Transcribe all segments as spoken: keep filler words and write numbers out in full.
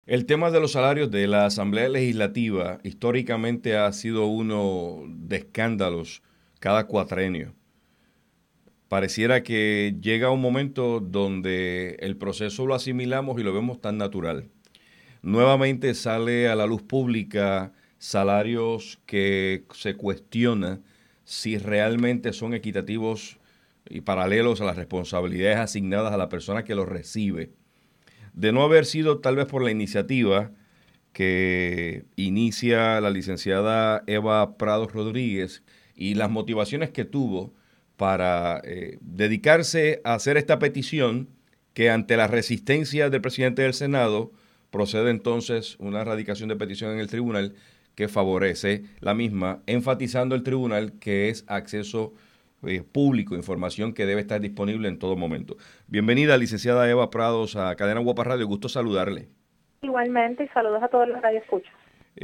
El tema de los salarios de la Asamblea Legislativa históricamente ha sido uno de escándalos cada cuatrenio. Pareciera que llega un momento donde el proceso lo asimilamos y lo vemos tan natural. Nuevamente sale a la luz pública salarios que se cuestiona si realmente son equitativos y paralelos a las responsabilidades asignadas a la persona que los recibe. De no haber sido tal vez por la iniciativa que inicia la licenciada Eva Prados Rodríguez y las motivaciones que tuvo para eh, dedicarse a hacer esta petición, que ante la resistencia del presidente del Senado procede entonces una radicación de petición en el tribunal que favorece la misma, enfatizando el tribunal que es acceso eh, público, información que debe estar disponible en todo momento. Bienvenida, licenciada Eva Prados, a Cadena Guapa Radio. Gusto saludarle. Igualmente, y saludos a todos los radioescuchas.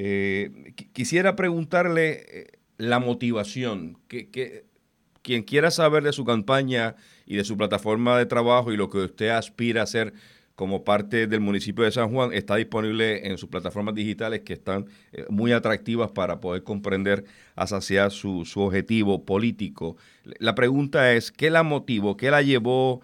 Eh, qu- quisiera preguntarle eh, la motivación, que, que quien quiera saber de su campaña y de su plataforma de trabajo y lo que usted aspira a hacer como parte del municipio de San Juan, está disponible en sus plataformas digitales que están eh, muy atractivas para poder comprender hacia su, su objetivo político. La pregunta es, ¿qué la motivó, qué la llevó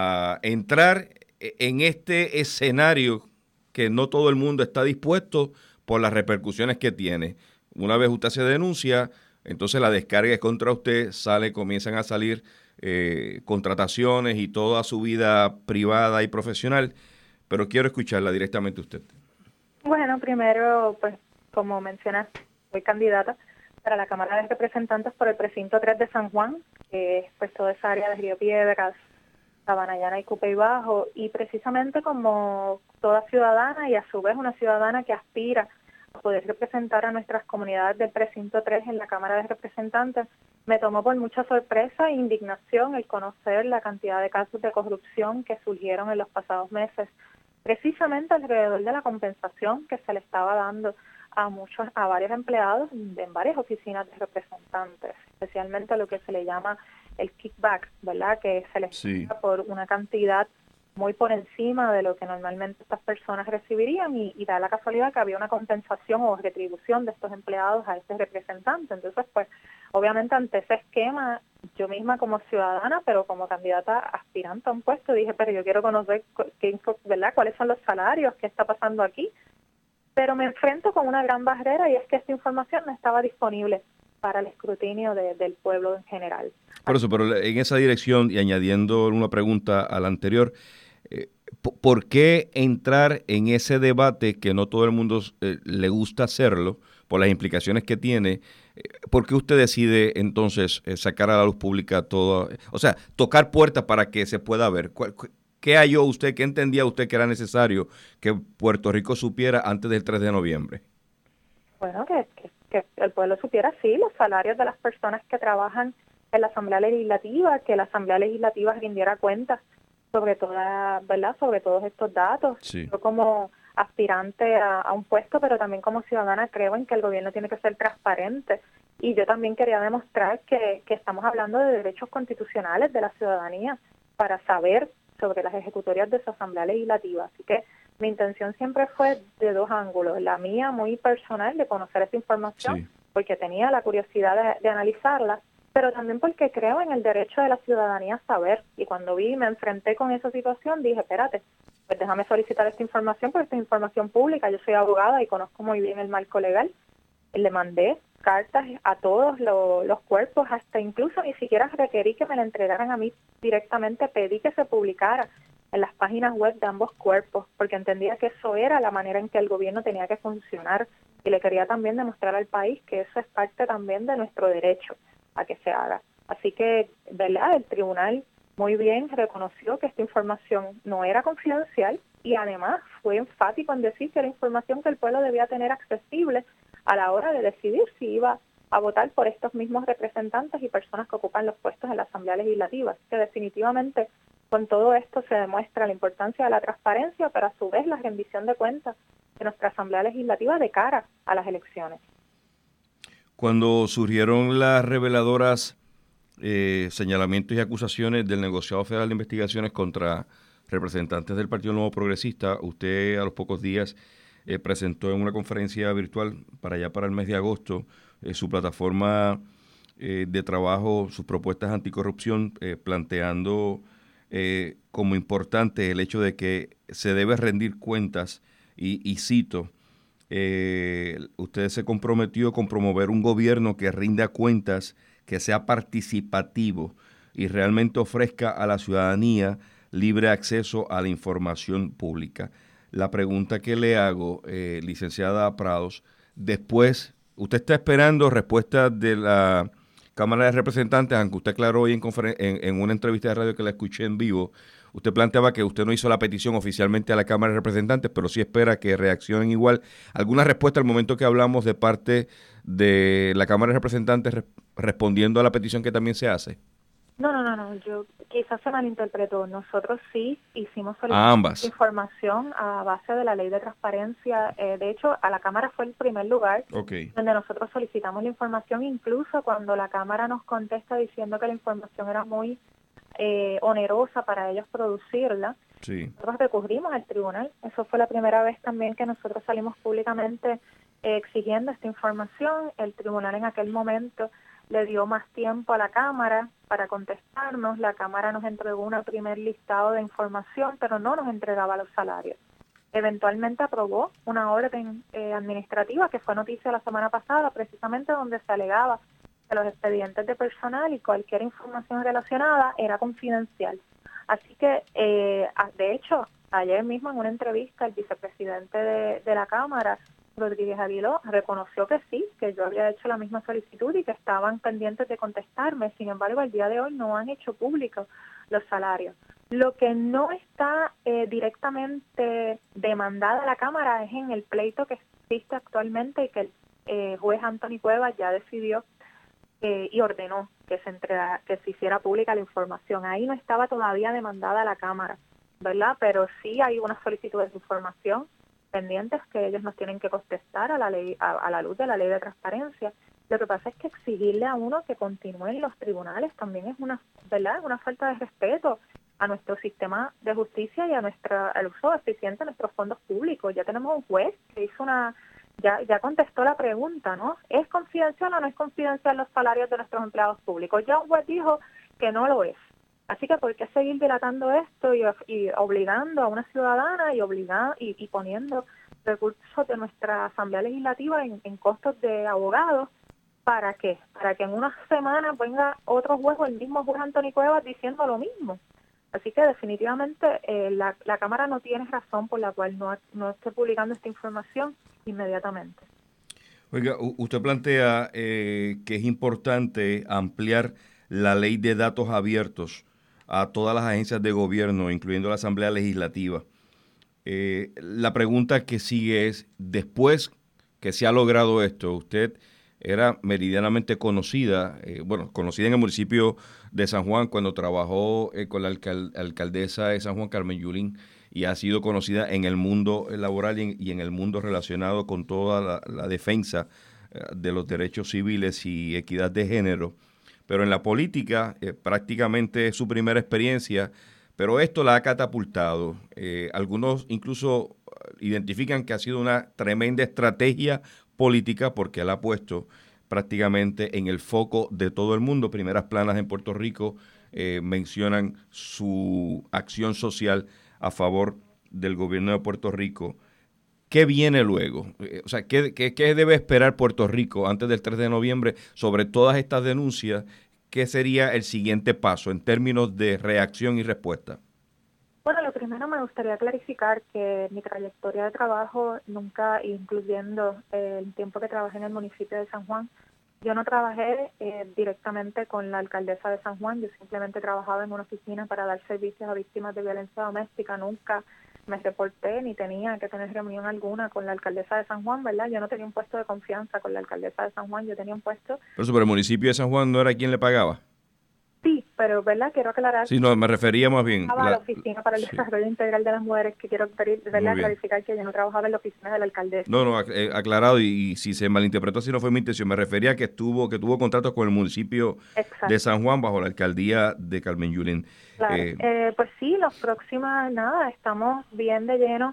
a entrar e- en este escenario que no todo el mundo está dispuesto por las repercusiones que tiene? Una vez usted se denuncia, entonces la descarga es contra usted, sale, comienzan a salir eh, contrataciones y toda su vida privada y profesional, pero quiero escucharla directamente usted. Bueno, primero, pues, como mencionas, soy candidata para la Cámara de Representantes por el precinto tres de San Juan, que es pues toda esa área de Río Piedras, Sabana Llana y Cupey Bajo, y precisamente como toda ciudadana y a su vez una ciudadana que aspira a poder representar a nuestras comunidades del precinto tres en la Cámara de Representantes, me tomó por mucha sorpresa e indignación el conocer la cantidad de casos de corrupción que surgieron en los pasados meses, precisamente alrededor de la compensación que se le estaba dando a muchos, a varios empleados de, en varias oficinas de representantes, especialmente lo que se le llama el kickback, ¿verdad? Que se les Sí. paga por una cantidad muy por encima de lo que normalmente estas personas recibirían y, y da la casualidad que había una compensación o retribución de estos empleados a este representante. Entonces, pues, obviamente ante ese esquema, yo misma como ciudadana, pero como candidata aspirante a un puesto, dije, pero yo quiero conocer qué, ¿verdad? Cuáles son los salarios, qué está pasando aquí. Pero me enfrento con una gran barrera y es que esta información no estaba disponible para el escrutinio de, del pueblo en general. Por eso, pero en esa dirección y añadiendo una pregunta a la anterior, eh, ¿por qué entrar en ese debate que no todo el mundo eh, le gusta hacerlo por las implicaciones que tiene? Eh, ¿Por qué usted decide entonces eh, sacar a la luz pública todo, o sea, tocar puertas para que se pueda ver? ¿Cuál- cu- ¿Qué halló usted, qué entendía usted que era necesario que Puerto Rico supiera antes del tres de noviembre? Bueno, que, que, que el pueblo supiera, sí, los salarios de las personas que trabajan en la Asamblea Legislativa, que la Asamblea Legislativa rindiera cuentas sobre toda, ¿verdad? Sobre todos estos datos. Sí. Yo como aspirante a, a un puesto, pero también como ciudadana creo en que el gobierno tiene que ser transparente. Y yo también quería demostrar que, que estamos hablando de derechos constitucionales de la ciudadanía para saber sobre las ejecutorias de su Asamblea Legislativa. Así que mi intención siempre fue de dos ángulos. La mía muy personal de conocer esta información, Sí. porque tenía la curiosidad de, de analizarla, pero también porque creo en el derecho de la ciudadanía a saber. Y cuando vi y me enfrenté con esa situación, dije, espérate, pues déjame solicitar esta información, porque esta es información pública. Yo soy abogada y conozco muy bien el marco legal. Le mandé cartas a todos lo, los cuerpos, hasta incluso ni siquiera requerí que me la entregaran a mí directamente, pedí que se publicara en las páginas web de ambos cuerpos, porque entendía que eso era la manera en que el gobierno tenía que funcionar y le quería también demostrar al país que eso es parte también de nuestro derecho a que se haga. Así que, ¿verdad? El tribunal muy bien reconoció que esta información no era confidencial y además fue enfático en decir que era información que el pueblo debía tener accesible a la hora de decidir si iba a votar por estos mismos representantes y personas que ocupan los puestos en la Asamblea Legislativa. Así que definitivamente con todo esto se demuestra la importancia de la transparencia, pero a su vez la rendición de cuentas de nuestra Asamblea Legislativa de cara a las elecciones. Cuando surgieron las reveladoras eh, señalamientos y acusaciones del negociado federal de investigaciones contra representantes del Partido Nuevo Progresista, usted a los pocos días eh, presentó en una conferencia virtual para allá para el mes de agosto eh, su plataforma eh, de trabajo, sus propuestas anticorrupción, eh, planteando eh, como importante el hecho de que se debe rendir cuentas y, y cito, eh, usted se comprometió con promover un gobierno que rinda cuentas, que sea participativo y realmente ofrezca a la ciudadanía libre acceso a la información pública. La pregunta que le hago, eh, licenciada Prados, después, usted está esperando respuestas de la Cámara de Representantes, aunque usted aclaró hoy en, conferen- en, en una entrevista de radio que la escuché en vivo, usted planteaba que usted no hizo la petición oficialmente a la Cámara de Representantes, pero sí espera que reaccionen igual. ¿Alguna respuesta al momento que hablamos de parte de la Cámara de Representantes re- respondiendo a la petición que también se hace? No, no, no, no, yo quizás se malinterpretó. Nosotros sí hicimos A solicitud de ambas. información a base de la ley de transparencia. Eh, de hecho, a la Cámara fue el primer lugar Ok. donde nosotros solicitamos la información, incluso cuando la Cámara nos contesta diciendo que la información era muy eh, onerosa para ellos producirla. Sí. Nosotros recurrimos al tribunal. Eso fue la primera vez también que nosotros salimos públicamente eh, exigiendo esta información. El tribunal en aquel momento le dio más tiempo a la Cámara para contestarnos. La Cámara nos entregó un primer listado de información, pero no nos entregaba los salarios. Eventualmente aprobó una orden eh, administrativa que fue noticia la semana pasada, precisamente donde se alegaba que los expedientes de personal y cualquier información relacionada era confidencial. Así que, eh, de hecho, ayer mismo en una entrevista el vicepresidente de, de la Cámara, Rodríguez Aguiló, reconoció que sí, que yo había hecho la misma solicitud y que estaban pendientes de contestarme. Sin embargo, al día de hoy no han hecho públicos los salarios. Lo que no está eh, directamente demandada a la Cámara es en el pleito que existe actualmente y que el eh, juez Anthony Cuevas ya decidió eh, y ordenó que se entrega, que se hiciera pública la información. Ahí no estaba todavía demandada a la Cámara, ¿verdad? Pero sí hay unas solicitudes de información pendientes que ellos nos tienen que contestar a la ley, a, a la luz de la ley de transparencia. Lo que pasa es que exigirle a uno que continúe en los tribunales también es una, ¿verdad? Es una falta de respeto a nuestro sistema de justicia y a nuestra, al uso eficiente de nuestros fondos públicos. Ya tenemos un juez que hizo una, ya, ya contestó la pregunta, ¿no? ¿Es confidencial o no es confidencial los salarios de nuestros empleados públicos? Ya un juez dijo que no lo es. Así que ¿por qué seguir dilatando esto y, y obligando a una ciudadana y obligando y, y poniendo recursos de nuestra Asamblea Legislativa en, en costos de abogados? ¿Para qué? Para que en unas semanas venga otro juez o el mismo juez Anthony Cuevas diciendo lo mismo. Así que definitivamente eh, la, la Cámara no tiene razón por la cual no, no esté publicando esta información inmediatamente. Oiga, usted plantea eh, que es importante ampliar la ley de datos abiertos a todas las agencias de gobierno, incluyendo la Asamblea Legislativa. Eh, la pregunta que sigue es, después que se ha logrado esto, usted era meridianamente conocida, eh, bueno, conocida en el municipio de San Juan cuando trabajó eh, con la alcal- alcaldesa de San Juan, Carmen Yulín, y ha sido conocida en el mundo laboral y en, y en el mundo relacionado con toda la, la defensa eh, de los derechos civiles y equidad de género. Pero en la política eh, prácticamente es su primera experiencia, pero esto la ha catapultado. Eh, algunos incluso identifican que ha sido una tremenda estrategia política porque la ha puesto prácticamente en el foco de todo el mundo. Primeras planas en Puerto Rico eh, mencionan su acción social a favor del gobierno de Puerto Rico. ¿Qué viene luego? Eh, o sea, ¿qué, qué, qué debe esperar Puerto Rico antes del tres de noviembre sobre todas estas denuncias? ¿Qué sería el siguiente paso en términos de reacción y respuesta? Bueno, lo primero me gustaría clarificar que mi trayectoria de trabajo, nunca incluyendo eh, el tiempo que trabajé en el municipio de San Juan, yo no trabajé eh, directamente con la alcaldesa de San Juan, yo simplemente trabajaba en una oficina para dar servicios a víctimas de violencia doméstica, nunca me reporté ni tenía que tener reunión alguna con la alcaldesa de San Juan, ¿verdad? Yo no tenía un puesto de confianza con la alcaldesa de San Juan, yo tenía un puesto... Por eso, pero el municipio de San Juan no era quien le pagaba. Sí, pero ¿verdad? Quiero aclarar Sí, no, me refería más bien. a la La, Oficina para el sí, Desarrollo Integral de las Mujeres, que quiero muy ¿verdad? bien. clarificar que yo no trabajaba en la oficina de la alcaldesa. No, no, eh, aclarado y, y si se malinterpretó, si no fue mi intención, me refería a que estuvo, que tuvo contratos con el municipio de Exacto, San Juan bajo la alcaldía de Carmen Yulín. claro. Eh, Eh, pues sí, los próximas, nada, estamos bien de lleno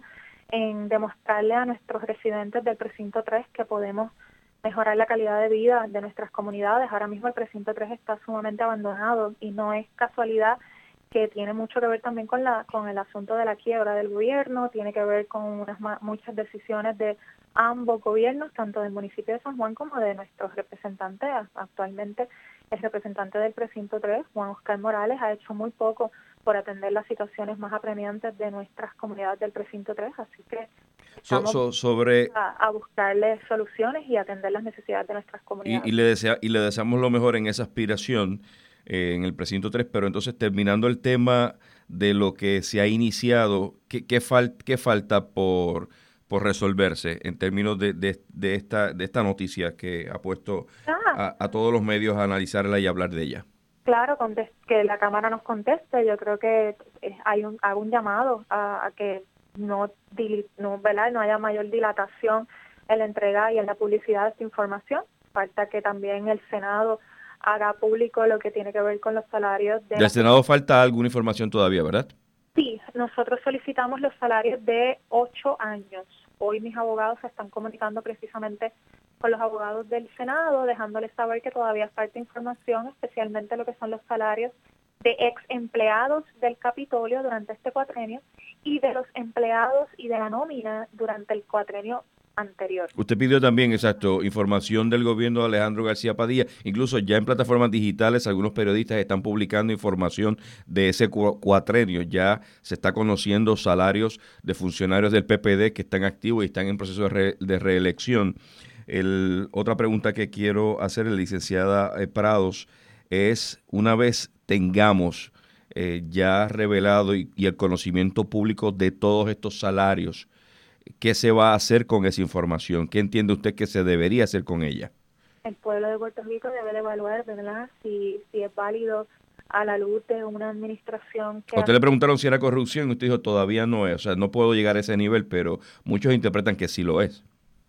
en demostrarle a nuestros residentes del precinto tres que podemos mejorar la calidad de vida de nuestras comunidades. Ahora mismo el precinto tres está sumamente abandonado y no es casualidad que tiene mucho que ver también con la con el asunto de la quiebra del gobierno, tiene que ver con unas muchas decisiones de ambos gobiernos, tanto del municipio de San Juan como de nuestros representantes. Actualmente el representante del precinto tres, Juan Oscar Morales, ha hecho muy poco por atender las situaciones más apremiantes de nuestras comunidades del precinto tres, así que estamos So, so, sobre a, a buscarle soluciones y atender las necesidades de nuestras y, y comunidades. le desea, y le deseamos lo mejor en esa aspiración eh, en el precinto tres, pero entonces terminando el tema de lo que se ha iniciado, ¿qué, qué, fal, qué falta por, por resolverse en términos de, de, de, esta, de esta noticia que ha puesto Ah, a, a todos los medios a analizarla y hablar de ella? Claro, contest- que la Cámara nos conteste. Yo creo que eh, hay un, hago un llamado a, a que no, dili- no, ¿verdad? no haya mayor dilatación en la entrega y en la publicidad de esta información. Falta que también el Senado haga público lo que tiene que ver con los salarios de Del las Senado personas. falta alguna información todavía, ¿verdad? Sí, nosotros solicitamos los salarios de ocho años. Hoy mis abogados se están comunicando precisamente con los abogados del Senado, dejándoles saber que todavía falta información, especialmente lo que son los salarios de ex empleados del Capitolio durante este cuatrenio y de los empleados y de la nómina durante el cuatrenio anterior. Usted pidió también, exacto, información del gobierno de Alejandro García Padilla. Incluso ya en plataformas digitales algunos periodistas están publicando información de ese cu- cuatrenio. Ya se está conociendo salarios de funcionarios del P P D que están activos y están en proceso de, re- de reelección. El, otra pregunta que quiero hacerle, licenciada eh, Prados, es una vez tengamos eh, ya revelado y, y el conocimiento público de todos estos salarios, ¿qué se va a hacer con esa información? ¿Qué entiende usted que se debería hacer con ella? El pueblo de Puerto Rico debe de evaluar, ¿verdad?, si, si es válido a la luz de una administración que A usted le hace. preguntaron si era corrupción y usted dijo todavía no es, o sea, no puedo llegar a ese nivel, pero muchos interpretan que sí lo es.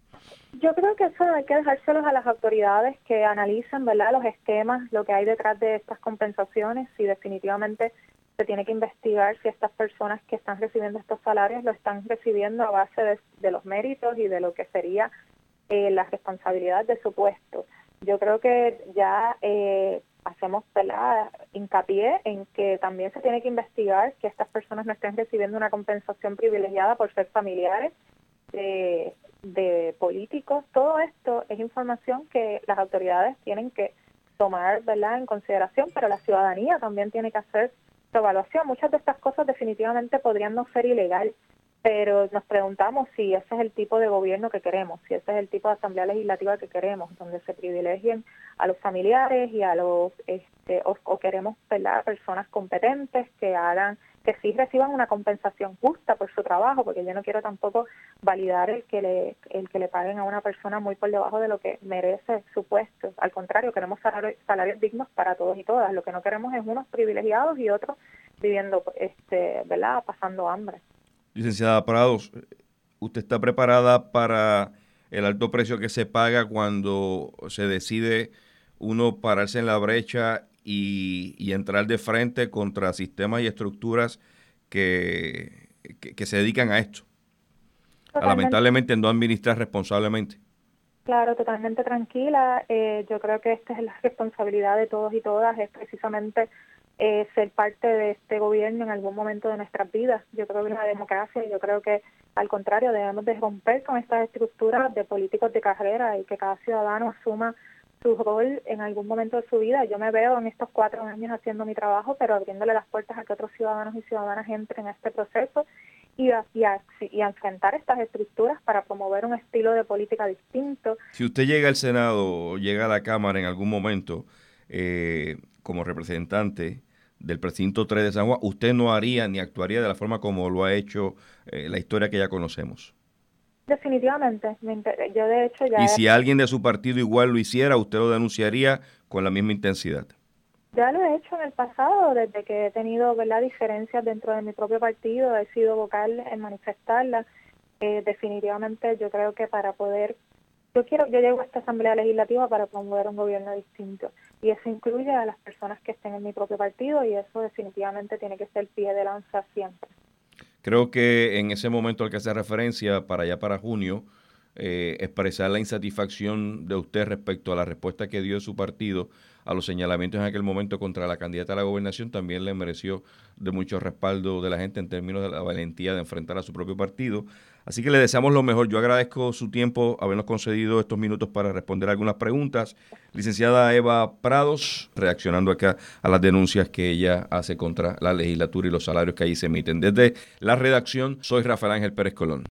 Yo creo que eso hay que dejárselos a las autoridades que analicen, ¿verdad?, los esquemas, lo que hay detrás de estas compensaciones, si definitivamente se tiene que investigar si estas personas que están recibiendo estos salarios lo están recibiendo a base de, de los méritos y de lo que sería eh, la responsabilidad de su puesto. Yo creo que ya eh, hacemos, ¿verdad?, hincapié en que también se tiene que investigar que estas personas no estén recibiendo una compensación privilegiada por ser familiares de, de políticos. Todo esto es información que las autoridades tienen que tomar, ¿verdad?, en consideración, pero la ciudadanía también tiene que hacer su evaluación. Muchas de estas cosas definitivamente podrían no ser ilegal, pero nos preguntamos si ese es el tipo de gobierno que queremos, si ese es el tipo de asamblea legislativa que queremos, donde se privilegien a los familiares y a los, este, o, o queremos, ¿verdad?, personas competentes que hagan, que sí reciban una compensación justa por su trabajo, porque yo no quiero tampoco validar el que le, el que le paguen a una persona muy por debajo de lo que merece su puesto. Al contrario, queremos salarios, salarios dignos para todos y todas. Lo que no queremos es unos privilegiados y otros viviendo, este, ¿verdad?, pasando hambre. Licenciada Prados, ¿usted está preparada para el alto precio que se paga cuando se decide uno pararse en la brecha y, y entrar de frente contra sistemas y estructuras que, que, que se dedican a esto? A Totalmente. lamentablemente no administrar responsablemente. Claro, totalmente tranquila. Eh, yo creo que esta es la responsabilidad de todos y todas, es precisamente eh, ser parte de este gobierno en algún momento de nuestras vidas. Yo creo que la democracia, yo creo que al contrario, debemos de romper con estas estructuras de políticos de carrera y que cada ciudadano asuma su rol en algún momento de su vida. Yo me veo en estos cuatro años haciendo mi trabajo, pero abriéndole las puertas a que otros ciudadanos y ciudadanas entren a este proceso y a, y, a, y a enfrentar estas estructuras para promover un estilo de política distinto. Si usted llega al Senado o llega a la Cámara en algún momento eh, como representante del precinto tres de San Juan, usted no haría ni actuaría de la forma como lo ha hecho eh, la historia que ya conocemos. Definitivamente. Me inter- Yo de hecho Y ya he, si alguien de su partido igual lo hiciera, usted lo denunciaría con la misma intensidad. ya lo he hecho en el pasado, desde que he tenido, ¿verdad?, diferencias dentro de mi propio partido, he sido vocal en manifestarlas. Eh, definitivamente yo creo que para poder, yo quiero, yo llego a esta Asamblea Legislativa para promover un gobierno distinto y eso incluye a las personas que estén en mi propio partido y eso definitivamente tiene que ser pie de lanza siempre. Creo que en ese momento al que hace referencia, para allá para junio, eh, expresar la insatisfacción de usted respecto a la respuesta que dio su partido a los señalamientos en aquel momento contra la candidata a la gobernación también le mereció de mucho respaldo de la gente en términos de la valentía de enfrentar a su propio partido. Así que le deseamos lo mejor. Yo agradezco su tiempo, habernos concedido estos minutos para responder algunas preguntas. Licenciada Eva Prados, reaccionando acá a las denuncias que ella hace contra la legislatura y los salarios que ahí se emiten. Desde la redacción, soy Rafael Ángel Pérez Colón.